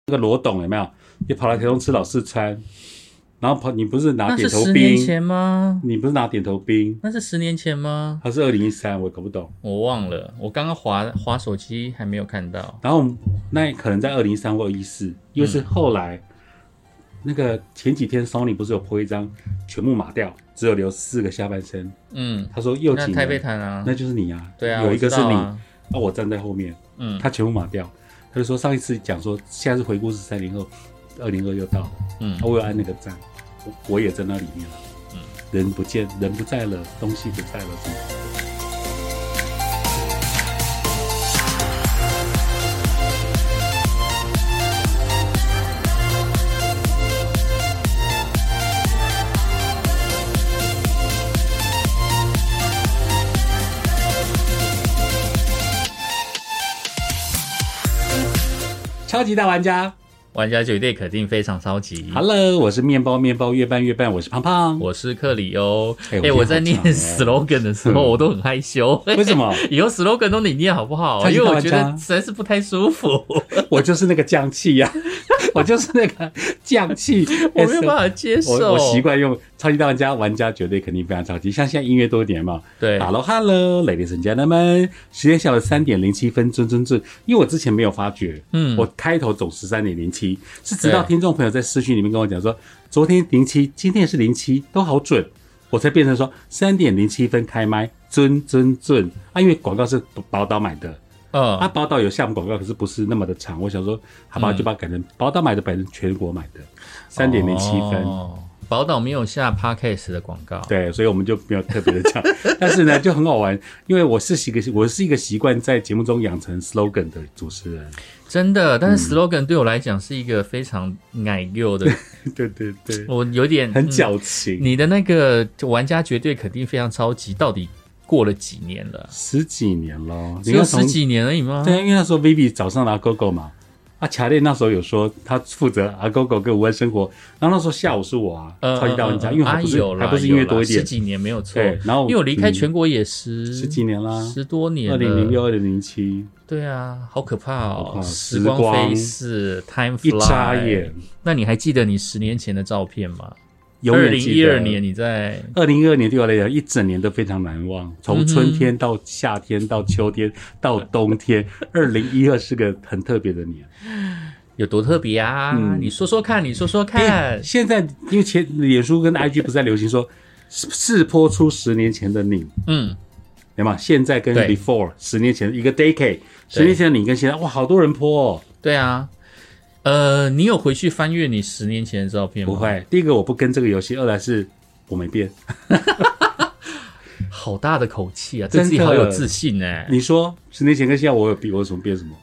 那个罗董有没有也跑来台中吃老四川，然后你不是拿点头兵？ 那是10年前吗？ 你不是拿点头兵？ 那是10年前吗？ 还是2013？我搞不懂， 我忘了，我刚刚滑手机还没有看到。 然后那可能在2013或2014，因为是后来。那个前几天 Sony 不是有 po 一张全部码掉，只有留4个下半身。他说又几年， 那台北坛啊， 那就是你啊。 对啊， 有一个是你， 我站在后面。他全部码掉，他就说上一次讲说，下次回顾是30后，202又到了。我有按那个赞，我也在那里面了。人不见，人不在了，东西不在了，是吗？超级大玩家， 玩家绝对肯定非常超级。 Hello， 我是面包越拌越拌，我是胖胖， 我是克里欧。我在念 slogan 的时候，我都很害羞。 为什么？ 以后 slogan 都你念好不好？因为我觉得实在是不太舒服。 我就是那个匠气呀，我就是那个匠气， 我没有办法接受。 我习惯用超级大玩家，玩家绝对肯定非常超级。像现在音乐多一点嘛。 对 ，Hello Ladies and Gentlemen， 时间下午3:07，准。因为我之前没有发觉，我开头总是13:07，是直到听众朋友在私讯里面跟我讲说，昨天07，今天也是07，都好准，我才变成说3:07开麦，准啊！因为广告是宝岛买的。宝岛有项目广告，可是不是那么的长。我想说，好吧，就把它改成宝岛买的，改成全国买的，3:07。 宝岛没有下 Podcast 的广告， 对，所以我们就没有特别的讲。但是呢，就很好玩，因为我是一个习惯在节目中养成 slogan 的主持人。 真的，但是 slogan 对我来讲是一个非常矮幼的， 对， 我有点很矫情。 你的那个玩家绝对肯定非常超级，到底过了几年了 ？10几年了， 只有10几年而已吗？ 对，因为那时候 Vivi 早上拿 GoGo 嘛。卡列那时候有说他负责GoGo 跟无关生活，然后那时候下午是我超级大玩家，因为还不是音乐多一点，10 几年没有错。 对，然后因为我离开全国也10 几年啦 ，10多年了 ，2006、2007。 对啊，好可怕哦！时光飞逝 ，Time fly， 一眨眼。 那你还记得你10年前的照片吗 ？2012 年你在 2012年对我来讲一整年都非常难忘，从春天到夏天到秋天到冬天，2012是个很特别的年。 有多特别啊？你说说看。 现在因为脸书跟 IG 不是在流行说试播出10年前的你，对吗？现在跟 before 10年前一个 decade， 10年前的你跟现在，哇，好多人播哦。 对啊。你有回去翻阅你10年前的照片吗？ 不会，第一个我不跟这个游戏，二来是我没变。 好大的口气啊，对自己好有自信欸。 你说10年前跟现在我有什么变什么？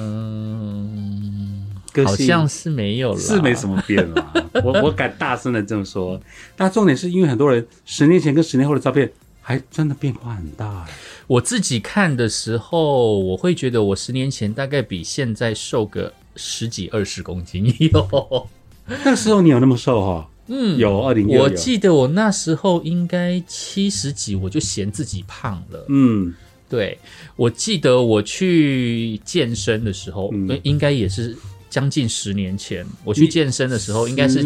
好像是没有啦， 是没什么变啦。我敢大声的这么说。但重点是因为很多人10年前跟10年后的照片还真的变化很大。 我自己看的时候，我会觉得我10年前大概比现在瘦个10几20公斤有。 那时候你有那么瘦哈？有2016。 我记得我那时候应该70几，我就嫌自己胖了。对，我记得我去健身的时候，应该也是将近10年前。我去健身的时候，应该是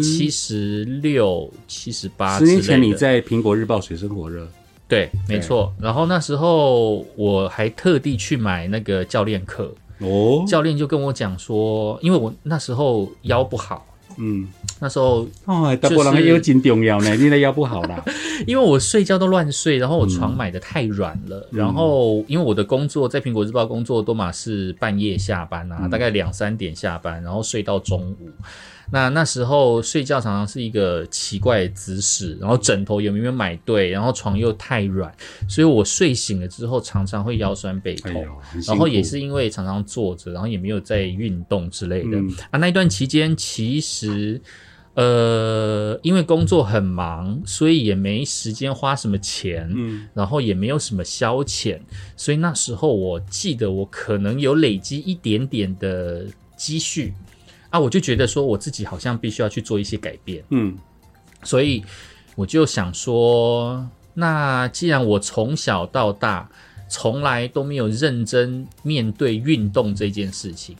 76、78。10 年前你在苹果日报水深火热。 对，没错。然后那时候我还特地去买那个教练课。教练就跟我讲说，因为我那时候腰不好。那时候大波人腰真重要呢，你的腰不好啦。 因为我睡觉都乱睡，然后我床买的太软了，然后因为我的工作在苹果日报工作都嘛是半夜下班啊，大概2、3点下班，然后睡到中午。那时候睡觉常常是一个奇怪的姿势，然后枕头也没有买对，然后床又太软，所以我睡醒了之后常常会腰酸背痛，然后也是因为常常坐着，然后也没有在运动之类的。那一段期间其实因为工作很忙，所以也没时间花什么钱，然后也没有什么消遣，所以那时候我记得我可能有累积一点点的积蓄我就觉得说我自己好像必须要去做一些改变，所以我就想说，那既然我从小到大从来都没有认真面对运动这件事情，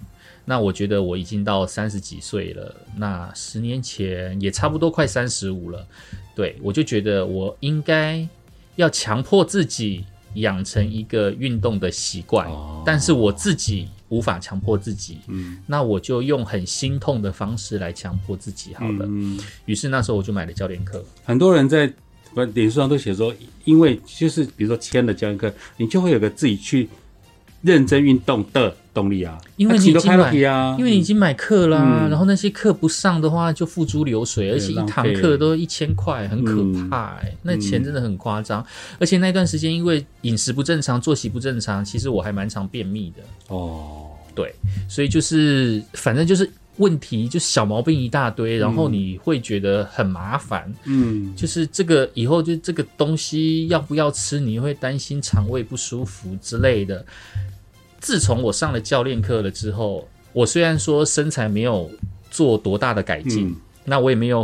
那我觉得我已经到30几岁了，那10年前也差不多快35了，对，我就觉得我应该要强迫自己养成一个运动的习惯，但是我自己无法强迫自己，那我就用很心痛的方式来强迫自己好了。于是那时候我就买了教练课。 很多人在脸书上都写说，因为就是比如说签了教练课，你就会有个自己去认真运动的动力啊， 因为你已经买， 因为你已经买课啦，然后那些课不上的话就付诸流水，而且一堂课都1000块，很可怕那钱真的很夸张。而且那段时间因为饮食不正常，作息不正常，其实我还蛮常便秘的。对，所以就是反正就是问题，就小毛病一大堆，然后你会觉得很麻烦。就是这个以后就这个东西要不要吃，你会担心肠胃不舒服之类的。自从我上了教练课了之后，我虽然说身材没有做多大的改进，那我也没有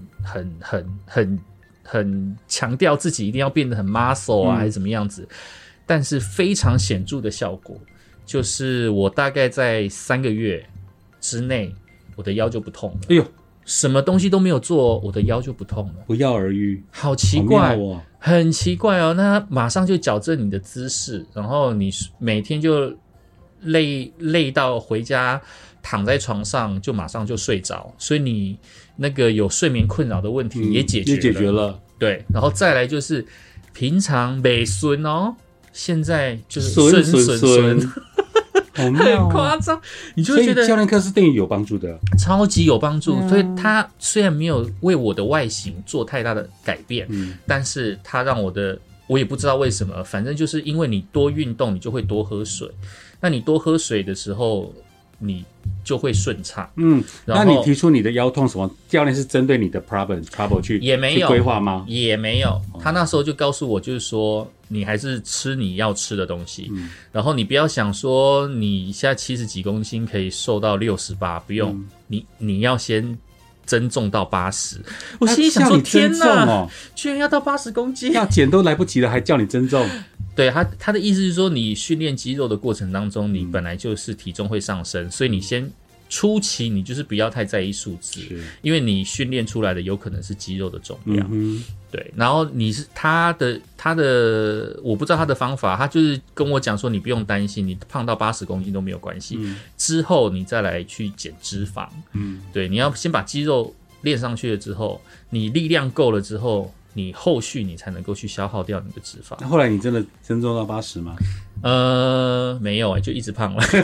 很强调自己一定要变得很 muscle 啊，还是怎么样子，但是非常显著的效果，就是我大概在3个月之内，我的腰就不痛了。 哎呦， 什么东西都没有做，我的腰就不痛了， 不药而愈， 好奇怪很奇怪哦。那马上就矫正你的姿势，然后你每天就累到回家躺在床上就马上就睡着，所以你那个有睡眠困扰的问题也解决了。对，然后再来就是平常没孙哦，现在就是孙。很夸张，你就会觉得教练课是对你有帮助的， 超级有帮助。所以他虽然没有为我的外形做太大的改变，但是他让我也不知道为什么，反正就是因为你多运动，你就会多喝水。那你多喝水的时候，你就会顺畅。 那你提出你的腰痛什么？教练是针对你的 trouble 去规划吗？ 也没有，他那时候就告诉我，就是说你还是吃你要吃的东西，然后你不要想说你现在70几公斤可以瘦到68，不用，你要先增重到80。我心里想说，天哪，居然要到80公斤， 要减都来不及了，还叫你增重。 对，他的意思是说，你训练肌肉的过程当中，你本来就是体重会上升，所以你先初期你就是不要太在意数字，因为你训练出来的有可能是肌肉的重量。对，然后你是他的，我不知道他的方法，他就是跟我讲说，你不用担心，你胖到80公斤都没有关系，之后你再来去减脂肪。对，你要先把肌肉练上去了之后，你力量够了之后，你后续你才能够去消耗掉你的脂肪。 那后来你真的增重到80吗？ 没有就一直胖了。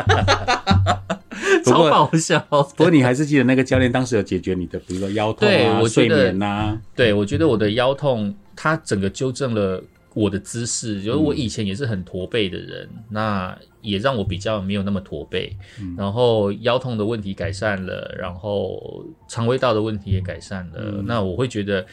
超爆笑。 不过你还是记得那个教练当时有解决你的，比如说腰痛啊、睡眠啊。 对，我觉得我的腰痛，他整个纠正了我的姿势，就是我以前也是很驼背的人，那也让我比较没有那么驼背，然后腰痛的问题改善了，然后肠胃道的问题也改善了，那我会觉得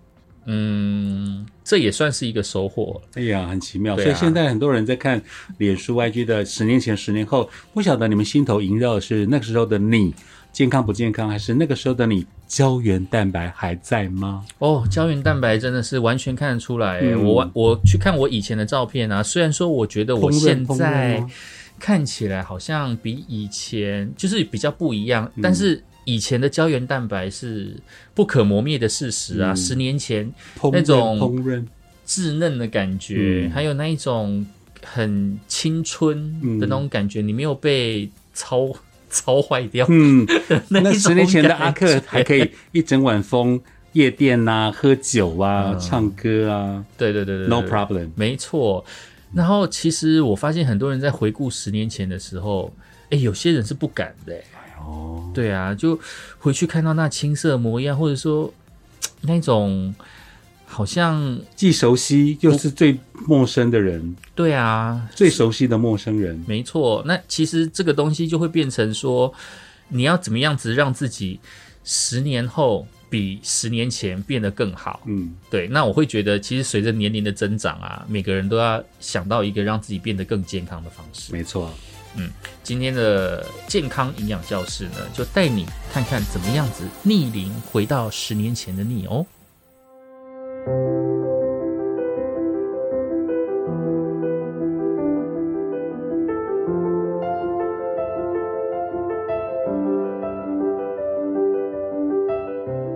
这也算是一个收获。 哎呀，很奇妙。所以现在很多人在看脸书 IG 的10年前10年后，不晓得你们心头萦绕的是那个时候的你健康不健康，还是那个时候的你胶原蛋白还在吗？ 胶原蛋白真的是完全看得出来。我去看我以前的照片啊，虽然说我觉得我现在看起来好像比以前就是比较不一样，但是以前的胶原蛋白是不可磨灭的事实啊，10年前那种稚嫩的感觉，还有那一种很青春的那种感觉，你没有被操坏掉。那 10年前的阿克还可以一整晚疯夜店啊、喝酒啊、唱歌啊，对 ，No problem， 没错。然后其实我发现很多人在回顾10年前的时候，有些人是不敢的。对啊，就回去看到那青涩模样，或者说那种好像既熟悉又是最陌生的人。 对啊， 最熟悉的陌生人。 没错。那其实这个东西就会变成说，你要怎么样子让自己10年后比10年前变得更好。对。那我会觉得，其实随着年龄的增长啊，每个人都要想到一个让自己变得更健康的方式。 没错。 今天的健康营养教室呢，就带你看看怎么样子逆龄回到10年前的你哦。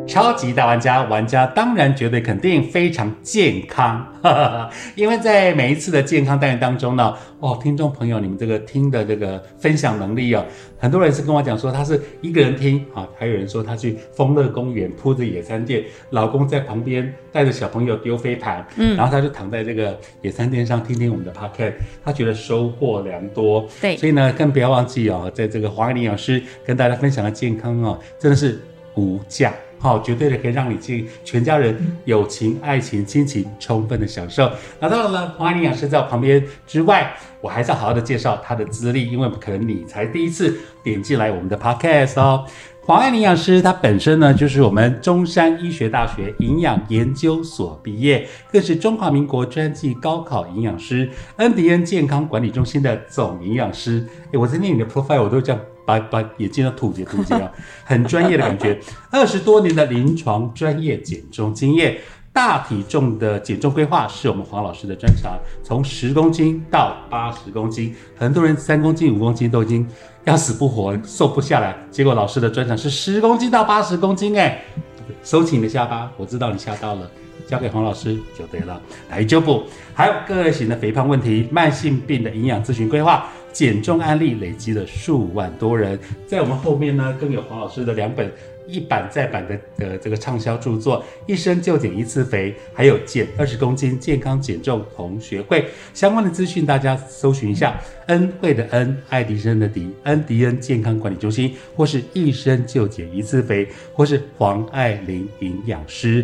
超级大玩家，玩家当然绝对肯定非常健康，因为在每一次的健康单元当中呢，听众朋友，你们这个听的这个分享能力很多人是跟我讲说他是一个人听还有人说他去丰乐公园铺着野餐垫，老公在旁边带着小朋友丢飞盘，然后他就躺在这个野餐垫上听听我们的 podcast， 他觉得收获良多。 对， 所以呢，更不要忘记在这个黄爱玲营养师跟大家分享的健康真的是无价。绝对的可以让你全家人友情、爱情、亲情充分的享受。那当然了，黄爱玲营养师在我旁边之外，我还是要好好的介绍他的资历，因为可能你才第一次点进来我们的 podcast 黄爱玲营养师他本身呢，就是我们中山医学大学营养研究所毕业，更是中华民国专技高考营养师，恩迪恩健康管理中心的总营养师。我在念你的 profile， 我都这样把眼睛都吐结很专业的感觉。20多年的临床专业减重经验，大体重的减重规划是我们黄老师的专长，从10公斤到80公斤，很多人3公斤、5公斤都已经要死不活，瘦不下来。结果老师的专长是10公斤到80公斤，收起你的下巴，我知道你吓到了。交给黄老师就对了。来就不，还有各类型的肥胖问题、慢性病的营养咨询规划、减重案例累积了数万多人。在我们后面呢，更有黄老师的2本一版再版的这个畅销著作《一生就减一次肥》，还有减20公斤健康减重同学会相关的资讯，大家搜寻一下恩惠的恩，爱迪生的迪，恩迪恩健康管理中心，或是一生就减一次肥，或是黄爱玲营养师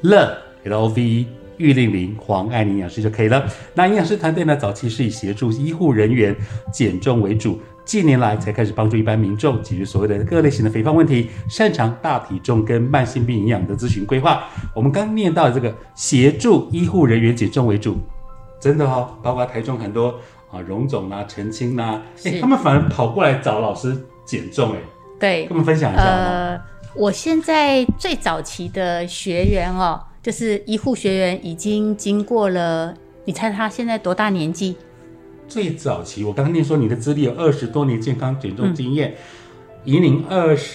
LOVE 玉令玲黄爱玲营养师就可以了。那营养师团队呢，早期是以协助医护人员减重为主，近年来才开始帮助一般民众解决所谓的各类型的肥胖问题，擅长大体重跟慢性病营养的咨询规划。我们刚念到的这个协助医护人员减重为主，真的包括台中很多荣总陈清他们反而跑过来找老师减重对， 跟我们分享一下我现在最早期的学员就是医护学员，已经经过了，你猜他现在多大年纪？ 最早期，我刚刚念说你的资历有20多年健康减重经验，以您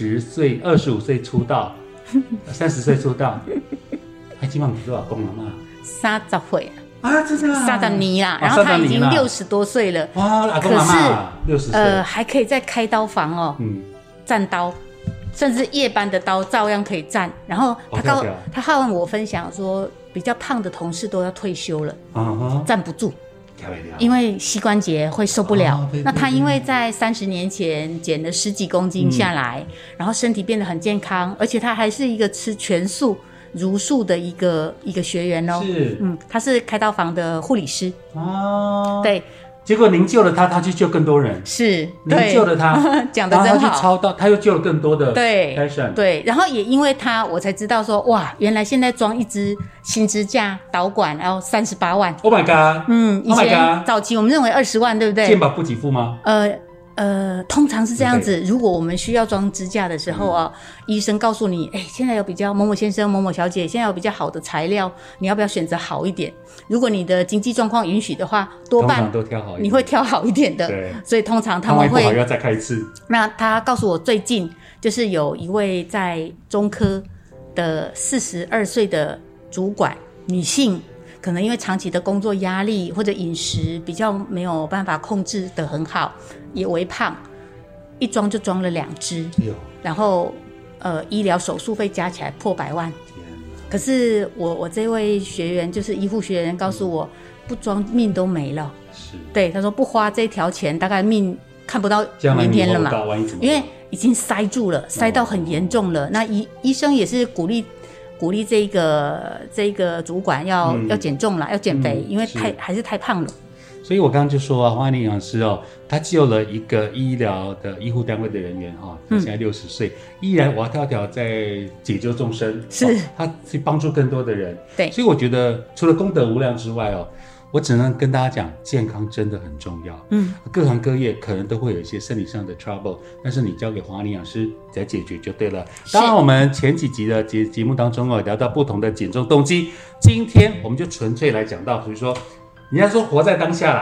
25岁出道，30岁出道，还基本上多少公了嘛 ？30岁真的 30年啦，然后他已经60多岁了， 阿公阿嬷60岁， 还可以在开刀房站刀。甚至夜班的刀照样可以站，然后他和我分享说，比较胖的同事都要退休了，站不住，因为膝关节会受不了。那他因为在30年前减了10几公斤下来，然后身体变得很健康，而且他还是一个吃全素、茹素的一个学员是， 他是开刀房的护理师对。 结果您救了他，他去救更多人。 是， 您救了他， 讲得真好。 然后他去超到，他又救了更多的patient。 对，然后也因为他，我才知道说，哇，原来现在装一支新支架导管要38万。 Oh my god！ 以前早期我们认为20万，对不对？ 健保不给付吗？ 通常是这样子。如果我们需要装支架的时候医生告诉你，现在有比较某某先生、某某小姐，现在有比较好的材料，你要不要选择好一点？如果你的经济状况允许的话，多半都挑好一点， 你会挑好一点的。 对， 所以通常他们会不好要再开一次。 那他告诉我，最近就是有一位在中科的42岁的主管女性。可能因为长期的工作压力或者饮食比较没有办法控制得很好，也微胖，一装就装了2支，然后医疗手术费加起来破100万。可是我这位学员就是医护学员告诉我，不装命都没了。是，对，他说不花这条钱，大概命看不到明天了嘛，因为已经塞住了，塞到很严重了。那医生也是鼓励这个主管要减重啦，要减肥，因为还是太胖了。 所以我刚刚就说黄爱玲营养师他救了一个医疗的医护单位的人员他现在60岁，依然哇跳跳在解救众生， 是他去帮助更多的人。 对， 所以我觉得除了功德无量之外我只能跟大家讲，健康真的很重要。各行各业可能都会有一些生理上的 trouble， 但是你交给黄爱玲营养师来解决就对了。当然，我们前几集的节目当中聊到不同的减重动机，今天我们就纯粹来讲到，比如说，人家说活在当下啦，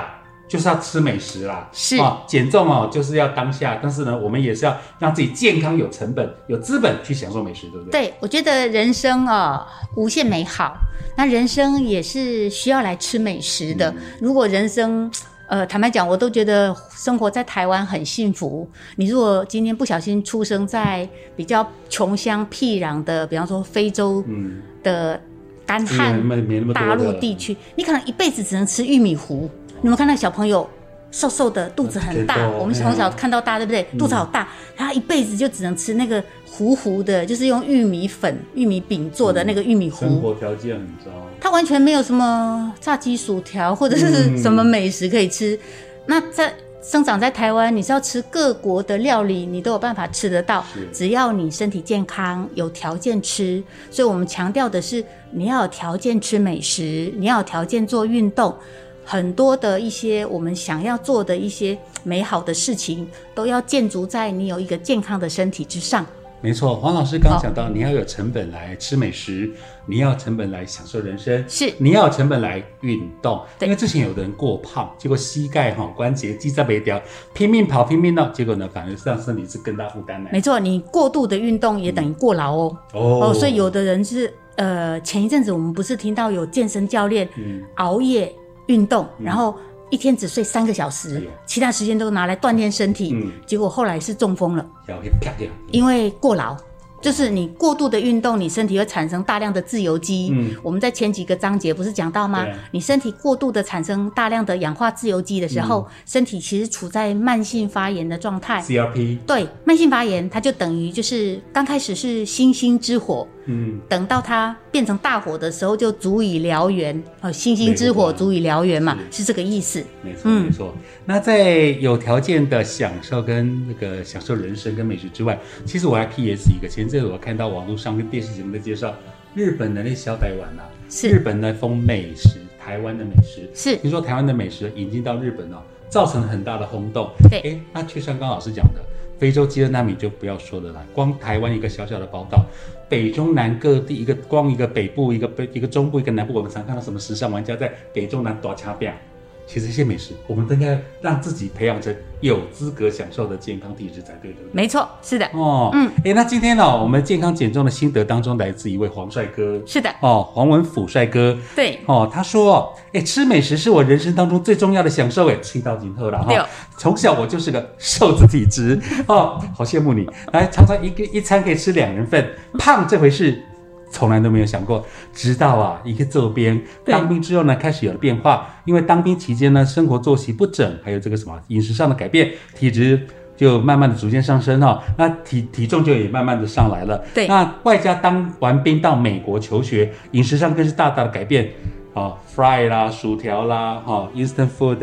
就是要吃美食啦， 是减重就是要当下，但是呢，我们也是要让自己健康、有成本、有资本去享受美食，对不对？ 对，我觉得人生无限美好，那人生也是需要来吃美食的。如果人生坦白讲，我都觉得生活在台湾很幸福。你如果今天不小心出生在比较穷乡僻壤的，比方说非洲的干旱大陆地区，你可能一辈子只能吃玉米糊。你们看那小朋友瘦瘦的，肚子很大，我们从小看到大，对不对？肚子好大，他一辈子就只能吃那个糊糊的，就是用玉米粉、玉米饼做的那个玉米糊。 生活条件很糟， 他完全没有什么炸鸡薯条或者是什么美食可以吃。那在生长在台湾，你是要吃各国的料理，你都有办法吃得到，只要你身体健康，有条件吃。所以我们强调的是，你要有条件吃美食，你要有条件做运动。很多的一些我们想要做的一些美好的事情，都要建筑在你有一个健康的身体之上。 没错，黄老师刚讲到，你要有成本来吃美食，你要有成本来享受人生， 是你要有成本来运动。因为之前有的人过胖，结果膝盖关节肌在北掉，拼命跑拼命闹，结果呢反而让身体是更大负担的。 没错，你过度的运动也等于过劳所以有的人是前一阵子我们不是听到有健身教练熬夜运动，然后一天只睡3个小时，其他时间都拿来锻炼身体，结果后来是中风了，因为过劳。就是你过度的运动，你身体会产生大量的自由基。我们在前几个章节不是讲到吗？你身体过度的产生大量的氧化自由基的时候，身体其实处在慢性发炎的状态。 CRP 对，慢性发炎它就等于就是刚开始是星星之火，等到它变成大火的时候就足以燎原。星星之火足以燎原嘛，是这个意思。 没错没错。那在有条件的享受跟那个享受人生跟美食之外，其实我还 PS 一个，前阵子我看到网络上跟电视节目的介绍，日本的那小台湾是日本的风美食，台湾的美食是听说台湾的美食引进到日本造成很大的轰动。对，那就像刚老师讲的，非洲饥饿难民就不要说了啦，光台湾一个小小的宝岛，北中南各地光一个北部一个中部一个南部，我们常看到什么时尚玩家在北中南打掐表。其实这些美食，我们都应该让自己培养成有资格享受的健康体质才对，对不对？ 没错，是的。 那今天我们健康减重的心得当中，来自一位黄帅哥。 是的。 黄文甫帅哥。 对。 他说吃美食是我人生当中最重要的享受。吃到今后了从小我就是个瘦子体质好羡慕你。来，常常一餐可以吃2人份，胖这回事从来都没有想过，直到一个周边当兵之后呢，开始有了变化。因为当兵期间呢，生活作息不整，还有这个什么饮食上的改变，体质就慢慢的逐渐上升那体重就也慢慢的上来了。对，那外加当完兵到美国求学，饮食上更是大大的改变。fry 啦，薯条啦，instant food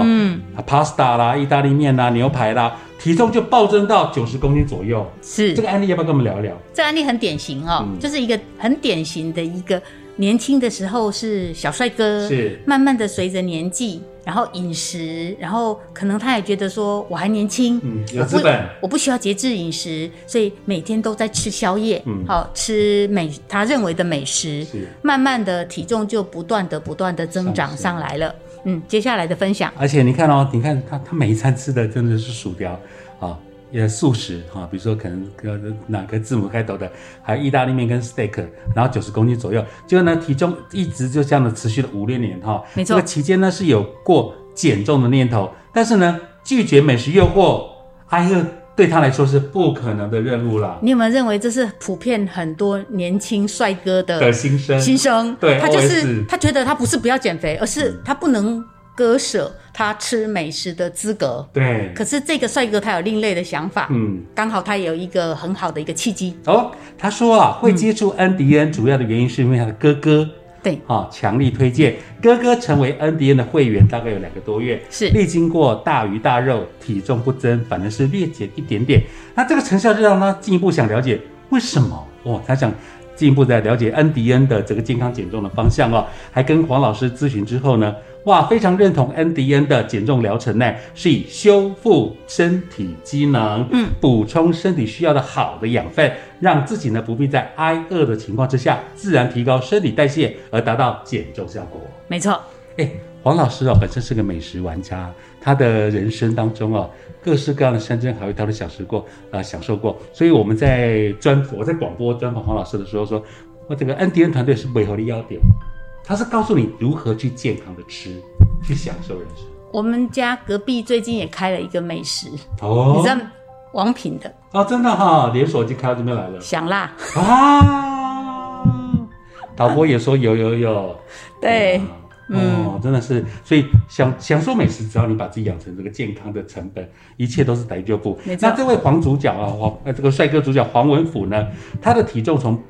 pasta 啦，意大利面啦，牛排啦，体重就暴增到90公斤左右。是这个案例要不要跟我们聊一聊？ 这个案例很典型就是一个很典型的一个年轻的时候是小帅哥，是慢慢的随着年纪，然后饮食，然后可能他也觉得说我还年轻， 有资本， 我不需要节制饮食，所以每天都在吃宵夜，吃他认为的美食，慢慢的体重就不断的增长上来了。接下来的分享， 而且你看他每一餐吃的真的是薯条素食比如说可能哪个字母开头的，还有意大利面跟 steak， 然后90公斤左右，结果呢体重一直就这样的持续了5-6年没错。这个期间呢是有过减重的念头，但是呢拒绝美食诱惑，对他来说是不可能的任务啦。 你有没有认为这是普遍很多年轻帅哥的心声？ 对， 他就是他觉得他不是不要减肥，而是他不能割舍他吃美食的资格。对，可是这个帅哥他有另类的想法，刚好他有一个很好的一个契机。 他说会接触恩迪恩主要的原因是因为他的哥哥。对，强力推荐哥哥成为恩迪恩的会员，大概有2个多月，是历经过大鱼大肉，体重不增，反而是略减一点点。那这个成效就让他进一步想了解为什么他想进一步在了解恩迪恩的这个健康减重的方向还跟黄老师咨询之后呢，非常认同恩迪恩的减重疗程呢，是以修复身体机能，补充身体需要的好的养分，让自己呢不必在挨饿的情况之下，自然提高身体代谢，而达到减重效果。 没错。 黄老师本身是个美食玩家，他的人生当中各式各样的山珍海味他都享受过，所以我在广播专访黄老师的时候说，我这个 NDN 团队是背后的要点，他是告诉你如何去健康的吃，去享受人生。 我们家隔壁最近也开了一个美食你知道王品的真的连锁已经开到这边来了， 香辣导播也说有对真的是，所以享受美食，只要你把自己养成这个健康的成本，一切都是逮就步。那这位黄主角这个帅哥主角黄文甫呢，他的体重从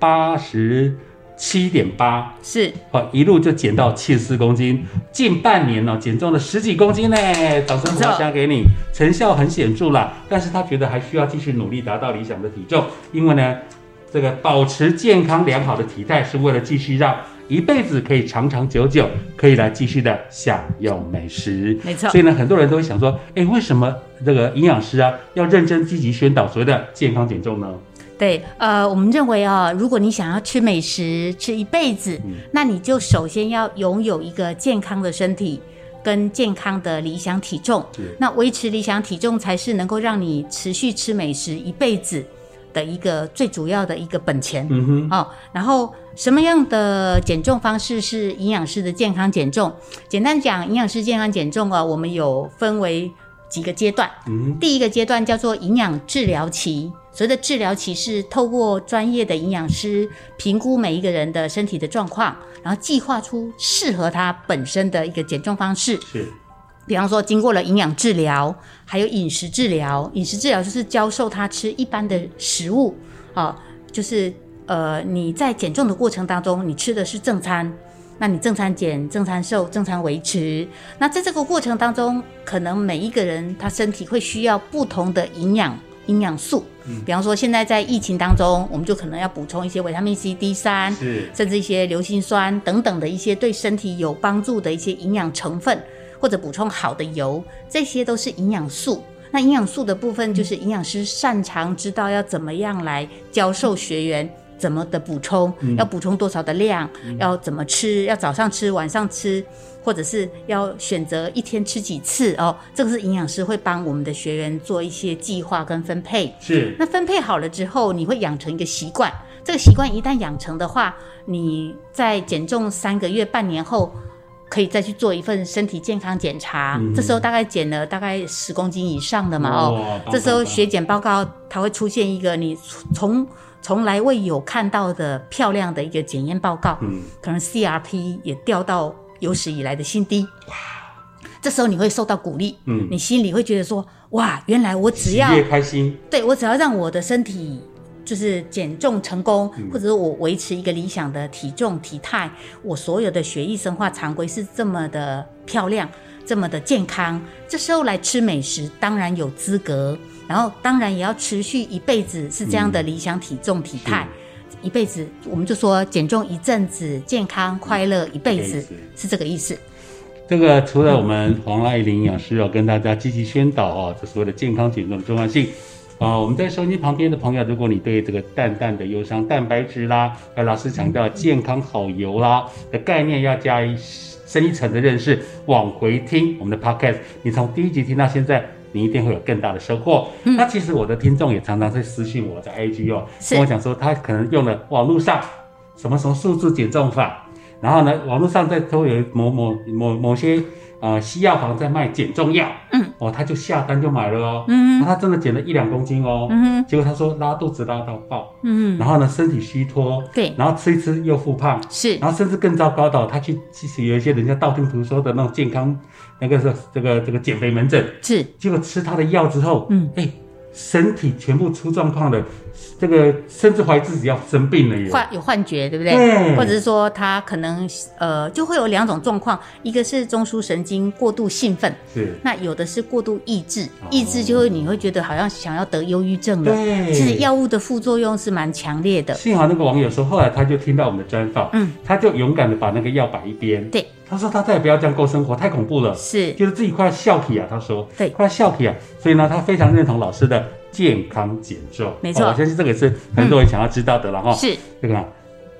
87.8 是一路就减到74公斤，近半年减重了10几公斤呢，掌声鼓响给你，成效很显著啦。但是他觉得还需要继续努力达到理想的体重，因为呢，这个保持健康良好的体态是为了继续让一辈子可以长长久久可以来继续的享用美食。 没错。 所以呢，很多人都会想说，为什么这个营养师要认真积极宣导所谓的健康减重呢？ 对，我们认为如果你想要吃美食吃一辈子，那你就首先要拥有一个健康的身体跟健康的理想体重，那维持理想体重才是能够让你持续吃美食一辈子的一个最主要的一个本钱。然后什么样的减重方式是营养师的健康减重？简单讲，营养师健康减重我们有分为几个阶段。第一个阶段叫做营养治疗期，所谓的治疗期是透过专业的营养师评估每一个人的身体的状况，然后计划出适合他本身的一个减重方式。 是， 比方说经过了营养治疗，还有饮食治疗。饮食治疗就是教授他吃一般的食物就是你在减重的过程当中，你吃的是正餐，那你正餐减、正餐瘦、正餐维持。那在这个过程当中，可能每一个人他身体会需要不同的营养素。比方说现在在疫情当中，我们就可能要补充一些维他命 C、D3，甚至一些硫辛酸等等的一些对身体有帮助的一些营养成分，或者补充好的油，这些都是营养素。那营养素的部分就是营养师擅长知道要怎么样来教授学员怎么的补充，要补充多少的量，要怎么吃，要早上吃晚上吃，或者是要选择一天吃几次这个是营养师会帮我们的学员做一些计划跟分配。 是， 那分配好了之后，你会养成一个习惯，这个习惯一旦养成的话，你在减重3个月半年后可以再去做一份身体健康检查，这时候大概减了大概10公斤以上的嘛这时候血检报告它会出现一个你从来未有看到的漂亮的一个检验报告，可能 CRP 也掉到有史以来的新低。这时候你会受到鼓励，你心里会觉得说，哇，原来我只要喜悦开心， 对，我只要让我的身体就是减重成功，或者是我维持一个理想的体重体态，我所有的血液生化常规是这么的漂亮，这么的健康，这时候来吃美食当然有资格，然后当然也要持续一辈子是这样的理想体重体态，一辈子我们就说减重一阵子，健康快乐一辈子，是这个意思。 这个除了我们黄爱玲营养师跟大家积极宣导这所谓的健康减重的重要性我们在收音机旁边的朋友，如果你对这个淡淡的忧伤蛋白质啦，还有老师强调健康好油啦的概念要加深一层的认识，往回听我们的 podcast， 你从第一集听到现在，你一定会有更大的收获。那其实我的听众也常常会私讯我在 IG 跟我讲说，他可能用了网络上什么数字减重法，然后呢，网络上都有某些西药房在卖减重药，他就下单就买了他真的减了1-2公斤结果他说拉肚子拉到爆，然后呢身体虚脱， 对， 然后吃一吃又复胖， 是， 然后甚至更糟糕的，他去其实有一些人家道听途说的那种健康那个是这个减肥门诊， 是， 结果吃他的药之后，身体全部出状况了，这个甚至怀疑自己要生病了耶， 有幻觉，对不对？或者是说他可能就会有2种状况，一个是中枢神经过度兴奋， 是，那有的是过度抑制，抑制就会你会觉得好像想要得忧郁症了。对，其实药物的副作用是蛮强烈的。 幸好那个网友说，后来他就听到我们的专访，他就勇敢的把那个药摆一边， 对。 他说他再也不要这样过生活，太恐怖了， 是， 就是自己快要笑起他说对， 快要笑起所以呢他非常认同老师的健康减重， 没错， 我相信这个也是很多人想要知道的了是这个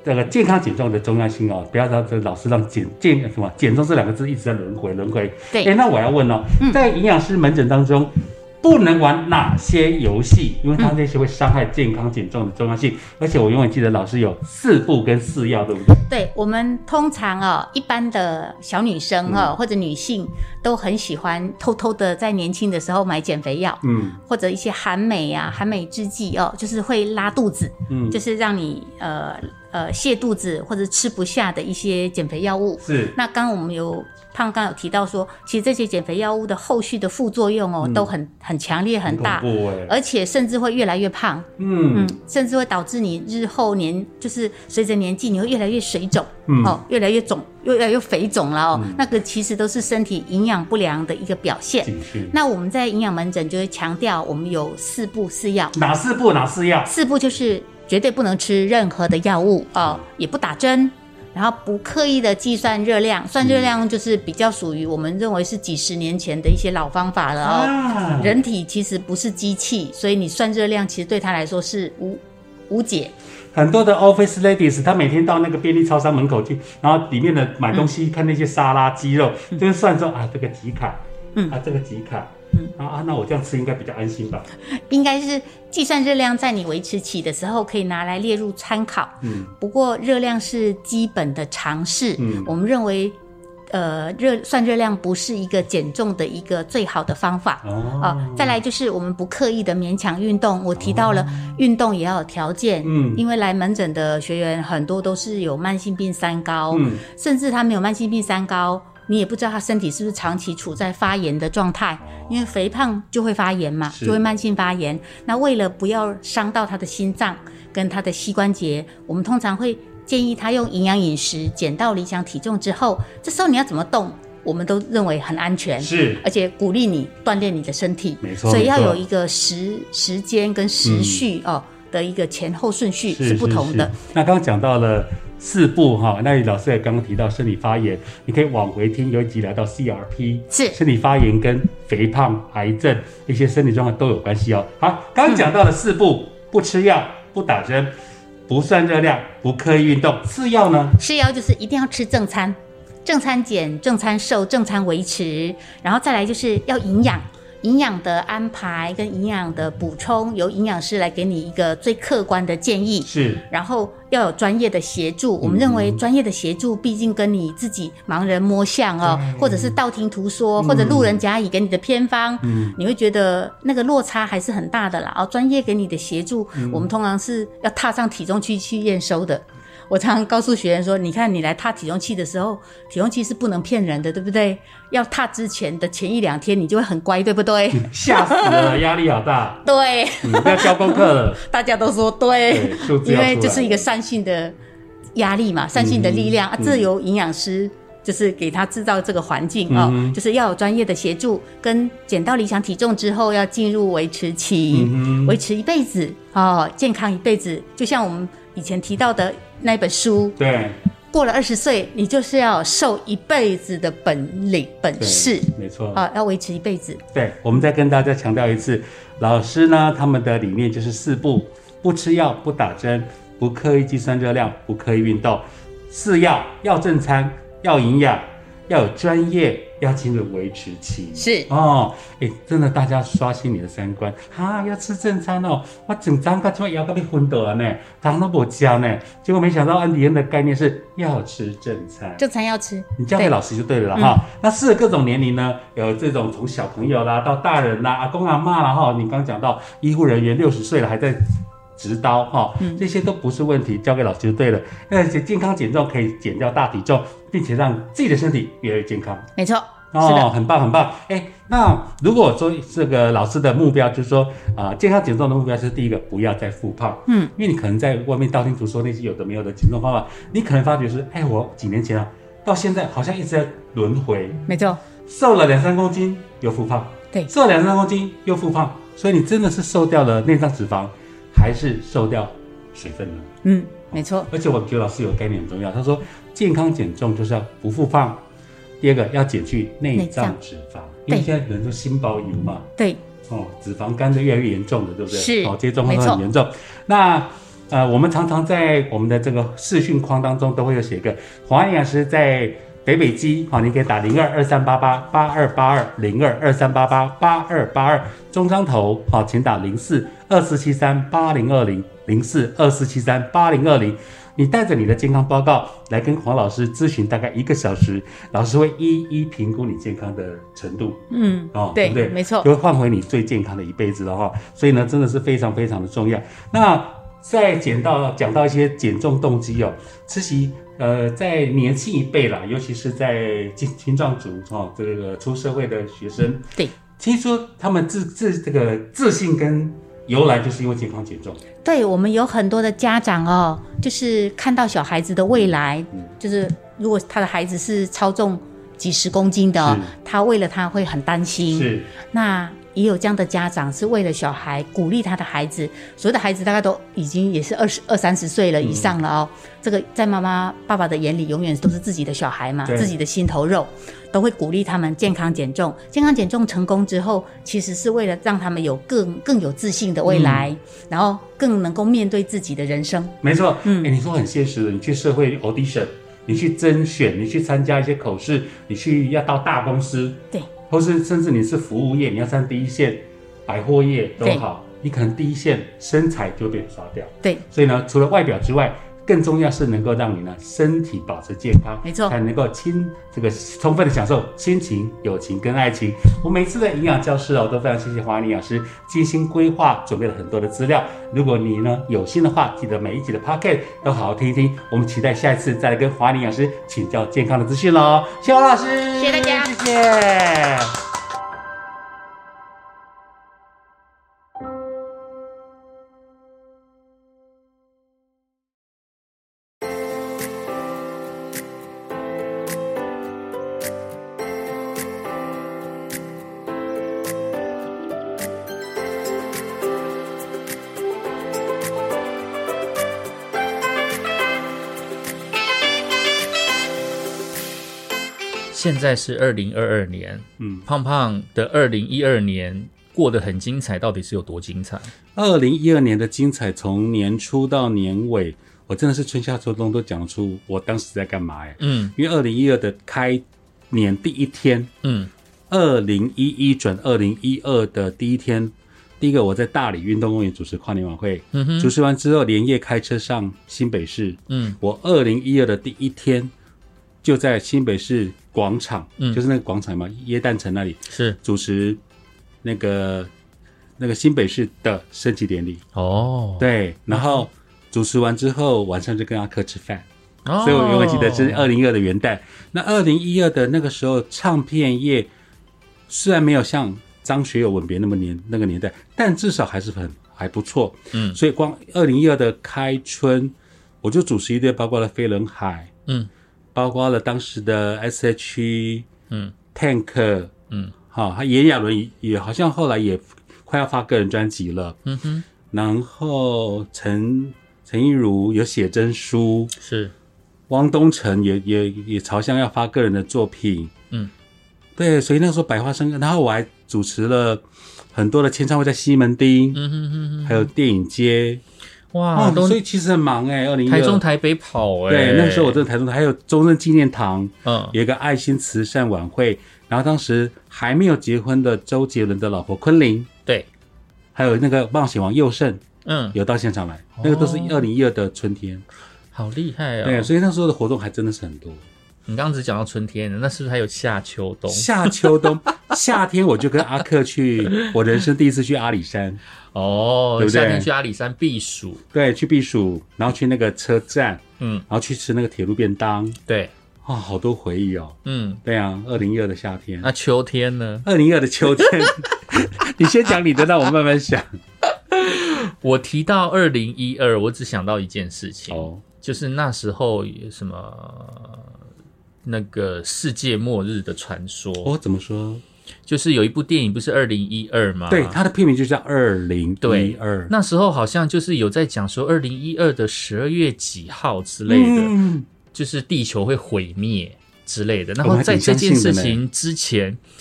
这个健康减重的重要性哦，不要让这老师让减重这2个字一直在轮回。 对， 那我要问哦，在营养师门诊当中，不能玩哪些游戏？因为它那些会伤害健康减重的重要性。而且我永远记得老师有4不跟4要，对不对？ 对，我们通常一般的小女生或者女性都很喜欢偷偷的在年轻的时候买减肥药，或者一些含镁制剂就是会拉肚子，就是让你泻肚子或者吃不下的一些减肥药物。 是。那刚刚我们刚刚有提到说，其实这些减肥药物的后续的副作用都很强烈很大，而且甚至会越来越胖，甚至会导致你日后就是随着年纪你会越来越水肿，越来越肿，越来越肥肿了那个其实都是身体营养不良的一个表现。那我们在营养门诊就会强调，我们有4不4要。 哪4不哪4要 ？4不就是绝对不能吃任何的药物也不打针。然后不刻意的计算热量，算热量就是比较属于我们认为是几十年前的一些老方法了人体其实不是机器，所以你算热量其实对他来说是无解。 很多的 office ladies， 她每天到那个便利超商门口去，然后里面的买东西，看那些沙拉、鸡肉，就是算说这个几卡，这个几卡。那我这样吃应该比较安心吧？ 应该是计算热量在你维持期的时候可以拿来列入参考。不过热量是基本的常识。我们认为算热量不是一个减重的一个最好的方法。再来就是我们不刻意的勉强运动。我提到了运动也要有条件。因为来门诊的学员很多都是有慢性病三高，甚至他没有慢性病三高。你也不知道他身体是不是长期处在发炎的状态，因为肥胖就会发炎嘛，就会慢性发炎。那为了不要伤到他的心脏跟他的膝关节，我们通常会建议他用营养饮食减到理想体重之后，这时候你要怎么动，我们都认为很安全， 是， 而且鼓励你锻炼你的身体， 没错， 所以要有一个时间跟时序的一个前后顺序是不同的。 那刚刚讲到了4不那老师也刚刚提到身体发炎，你可以往回听，有一集聊到 CRP， 是身体发炎跟肥胖、癌症一些身体状况都有关系好，刚刚讲到了4不，不吃药，不打针，不算热量，不刻意运动。4要呢 ？4要就是一定要吃正餐，正餐减，正餐瘦，正餐维持，然后再来就是要营养的安排跟营养的补充，由营养师来给你一个最客观的建议。 是， 然后要有专业的协助。我们认为专业的协助毕竟跟你自己盲人摸象或者是道听途说，或者路人甲乙给你的偏方，你会觉得那个落差还是很大的啦。专业给你的协助，我们通常是要踏上体重器去验收的。我常常告诉学员说，你看你来踏体重器的时候，体重器是不能骗人的，对不对？要踏之前的前1-2天你就会很乖，对不对？ 吓死了，压力好大。 对， 要交功课了。 大家都说对，因为就是一个善性的压力嘛，善性的力量这由营养师就是给他制造这个环境就是要有专业的协助，跟减到理想体重之后要进入维持期，维持一辈子健康一辈子。就像我们以前提到的那本书， 对， 过了20岁，你就是要瘦一辈子的本领本事， 没错要维持一辈子。 对，我们再跟大家强调一次，老师呢他们的理念就是4不：不吃药，不打针，不刻意计算热量，不刻意运动。4要正餐，要营养，要有专业，要进入维持期。 是真的大家刷新你的三观要吃正餐我整餐到这腰到要昏倒了呢，糖都没吃呢，结果没想到安迪恩的概念是要吃正餐， 正餐要吃， 你交给老师就对了那适合各种年龄呢，有这种从小朋友啦到大人啦，阿公阿嬷啦你刚讲到医护人员60岁了还在执刀这些都不是问题，交给老师就对了。而且健康减重可以减掉大体重，并且让自己的身体越来越健康。 没错，是的， 很棒很棒。那如果说这个老师的目标就是说健康减重的目标是第一个，不要再复胖。因为你可能在外面道听途说那些有的没有的减重方法，你可能发觉是我几年前到现在好像一直在轮回。 没错， 瘦了2-3公斤又复胖， 对， 瘦了2-3公斤又复胖，所以你真的是瘦掉了内脏脂肪，还是瘦掉水分呢？ 没错。 而且我觉得老师有概念很重要，他说健康减重就是要不复胖，第二个要减去内脏脂肪，因为现在人都心包油嘛， 对， 脂肪肝就越来越严重了，对不对？ 是， 这些状况都很严重。那我们常常在我们的这个视讯框当中都会有写个黄营养师在北基，好，你可以打02238882820223888282，中彰投，好，请打04247380200424738020。你带着你的健康报告来跟黄老师咨询，大概1个小时，老师会一一评估你健康的程度。对不对？ 没错， 就会换回你最健康的一辈子了哈。所以呢，真的是非常非常的重要。那再讲到一些减重动机哦，其实在年轻一辈啦，尤其是在青壮族这个出社会的学生， 对， 听说他们这个自信跟由来就是因为健康减重。 对，我们有很多的家长哦，就是看到小孩子的未来，就是如果他的孩子是超重几十公斤的哦，他为了他会很担心。 是， 那也有这样的家长是为了小孩鼓励他的孩子，所有的孩子大概都已经也是20-30岁了以上了哦。这个在妈妈爸爸的眼里永远都是自己的小孩嘛，自己的心头肉，都会鼓励他们健康减重。健康减重成功之后，其实是为了让他们有更有自信的未来，然后更能够面对自己的人生。 没错，你说很现实的，你去社会 audition， 你去甄选，你去参加一些口试，你去要到大公司， 对。 或是甚至你是服务业，你要上第一线，百货业都好，你可能第一线身材就会被刷掉。对，所以呢，除了外表之外，更重要是能够让你呢身体保持健康， 没错， 才能够充分的享受亲情、友情跟爱情。我每次的营养教室都非常谢谢黄营养师精心规划，准备了很多的资料。如果你呢有心的话，记得每一集的 podcast 都好好听一听。我们期待下一次再来跟黄营养师请教健康的资讯喽。谢谢黄老师， 谢谢大家， 谢谢。 现在是2022年，胖胖的2012年过得很精彩，到底是有多精彩 ？2012年的精彩，从年初到年尾，我真的是春夏秋冬都讲出我当时在干嘛因为2012的开年第一天，2011转2012的第一天，第一个我在大理运动公园主持跨年晚会，主持完之后连夜开车上新北市，我2012的第一天就在新北市广场，就是那个广场嘛，耶诞城那里是主持那个新北市的升旗典礼哦， 对，然后主持完之后晚上就跟阿克吃饭，所以我永远记得是2012的元旦。那2012的那个时候，唱片业虽然没有像张学友吻别那个年代，但至少还不错。所以光2012的开春，我就主持一队，包括了飞轮海，包括了当时的 S.H.E， Tank， 炎亚纶也好像后来也快要发个人专辑了，然后陈亦儒有写真书， 是汪东城也朝向要发个人的作品，对，所以那时候百花盛开，然后我还主持了很多的签唱会，在西门町，还有电影街。哇，所以其实很忙2012 台中台北跑对，那个时候我在台中，还有中正纪念堂，有一个爱心慈善晚会，然后当时还没有结婚的周杰伦的老婆昆凌， 对， 还有那个冒险王佑胜，有到现场来，那个都是2012的春天， 好厉害对，所以那时候的活动还真的是很多。 你刚刚只讲到春天，那是不是还有夏秋冬？ 夏天我就跟阿克去，我人生第一次去阿里山， 对不对？夏天去阿里山避暑， 对，去避暑，然后去那个车站，然后去吃那个铁路便当， 对， 好多回忆哦，对啊，2012的夏天。 那秋天呢 ？2012的秋天，你先讲你的，让我慢慢想。 我提到2012，我只想到一件事情，就是那时候有什么。那个世界末日的传说怎么说？ 就是有一部电影不是2012吗？ 对，它的片名就叫2012。 对，那时候好像就是有在讲说2012的12月几号之类的，就是地球会毁灭之类的。然后在这件事情之前，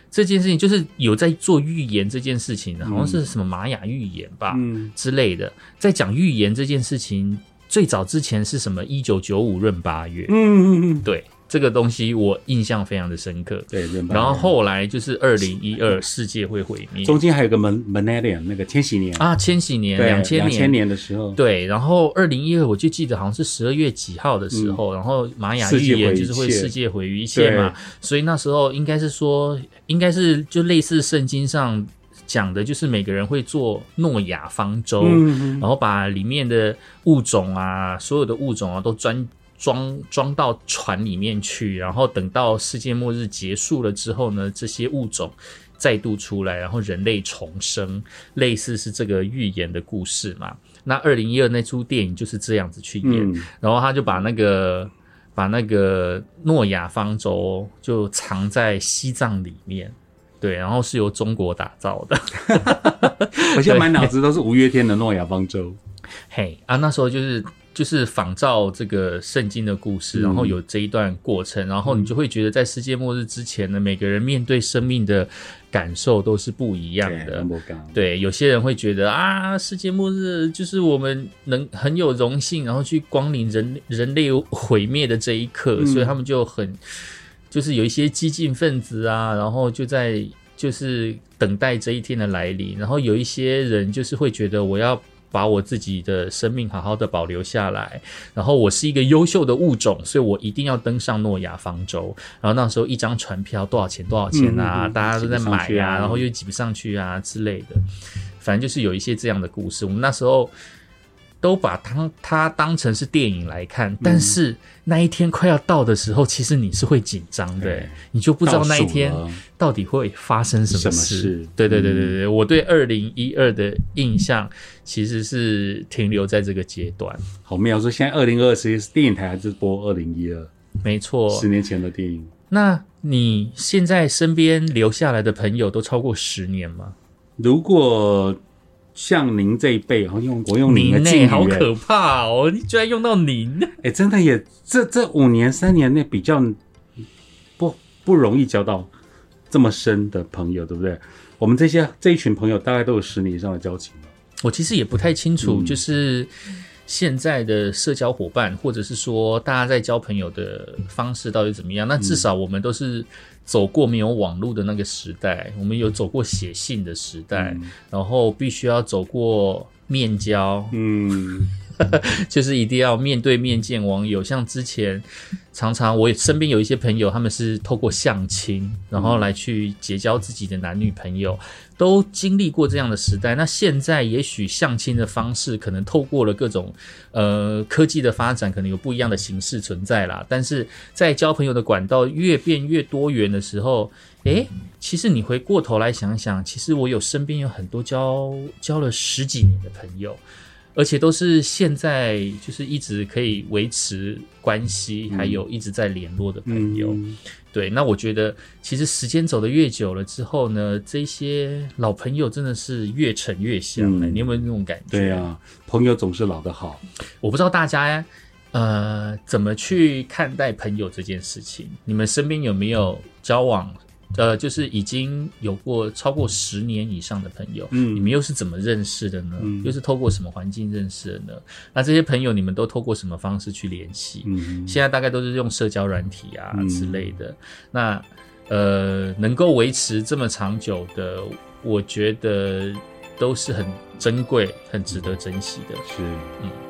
这件事情就是有在做预言这件事情的，好像是什么玛雅预言吧，之类的，在讲预言这件事情，最早之前是什么1995闰8月，对。这个东西我印象非常的深刻， 对， 然后后来就是2012世界会毁灭， 中间还有个 Millennium 那个千禧年啊，千禧年2000 年的时候， 对，然后2012我就记得好像是12月几号的时候，然后玛雅预言就是会世界毁于一切嘛，所以那时候应该是就类似圣经上讲的，就是每个人会做诺亚方舟，然后把里面的物种啊，所有的物种啊都装到船里面去，然后等到世界末日结束了之后呢，这些物种再度出来，然后人类重生，类似是这个预言的故事嘛。那2012那出电影就是这样子去演，然后他就把那个诺亚方舟就藏在西藏里面，对，然后是由中国打造的。 我现在满脑子都是五月天的诺亚方舟。 嘿啊，那时候就是仿照这个圣经的故事，然后有这一段过程，然后你就会觉得在世界末日之前呢，每个人面对生命的感受都是不一样的。对，有些人会觉得啊，世界末日就是我们能很有荣幸，然后去光临人类毁灭的这一刻，所以他们就是有一些激进分子啊，然后就是等待这一天的来临，然后有一些人就是会觉得我要把我自己的生命好好的保留下来，然后我是一个优秀的物种，所以我一定要登上诺亚方舟。然后那时候一张船票多少钱啊，大家都在买啊，然后又挤不上去啊之类的，反正就是有一些这样的故事。我们那时候都把它当成是电影来看，但是那一天快要到的时候，其实你是会紧张的，你就不知道那一天到底会发生什么事。对，我对2012的印象其实是停留在这个阶段。 好妙，说现在2020是电影台还是播2012？ 没错 ，10年前的电影。 那你现在身边留下来的朋友都超过10年吗？ 如果像您这一辈，我用您的敬语， 好可怕哦！你居然用到您， 真的也这5年3年内比较不容易交到这么深的朋友，对不对？我们这一群朋友大概都有10年以上的交情了。 我其实也不太清楚，就是现在的社交伙伴，或者是说大家在交朋友的方式到底怎么样？那至少我们都是走过没有网络的那个时代，我们有走过写信的时代，然后必须要走过面交，就是一定要面对面见网友。像之前常常我身边有一些朋友，他们是透过相亲，然后来去结交自己的男女朋友，都经历过这样的时代。那现在也许相亲的方式可能透过了各种科技的发展，可能有不一样的形式存在啦。但是在交朋友的管道越变越多元的时候，其实你回过头来想想，其实我身边有很多交了10几年的朋友，而且都是现在就是一直可以维持关系，还有一直在联络的朋友。对，那我觉得其实时间走得越久了之后呢，这些老朋友真的是越沉越香。你有没有那种感觉？ 对啊，朋友总是老得好。 我不知道大家怎么去看待朋友这件事情？你们身边有没有交往就是已经有过超过10年以上的朋友，你们又是怎么认识的呢？又是透过什么环境认识的呢？那这些朋友你们都透过什么方式去联系？现在大概都是用社交软体啊之类的。那能够维持这么长久的，我觉得都是很珍贵、很值得珍惜的。 是，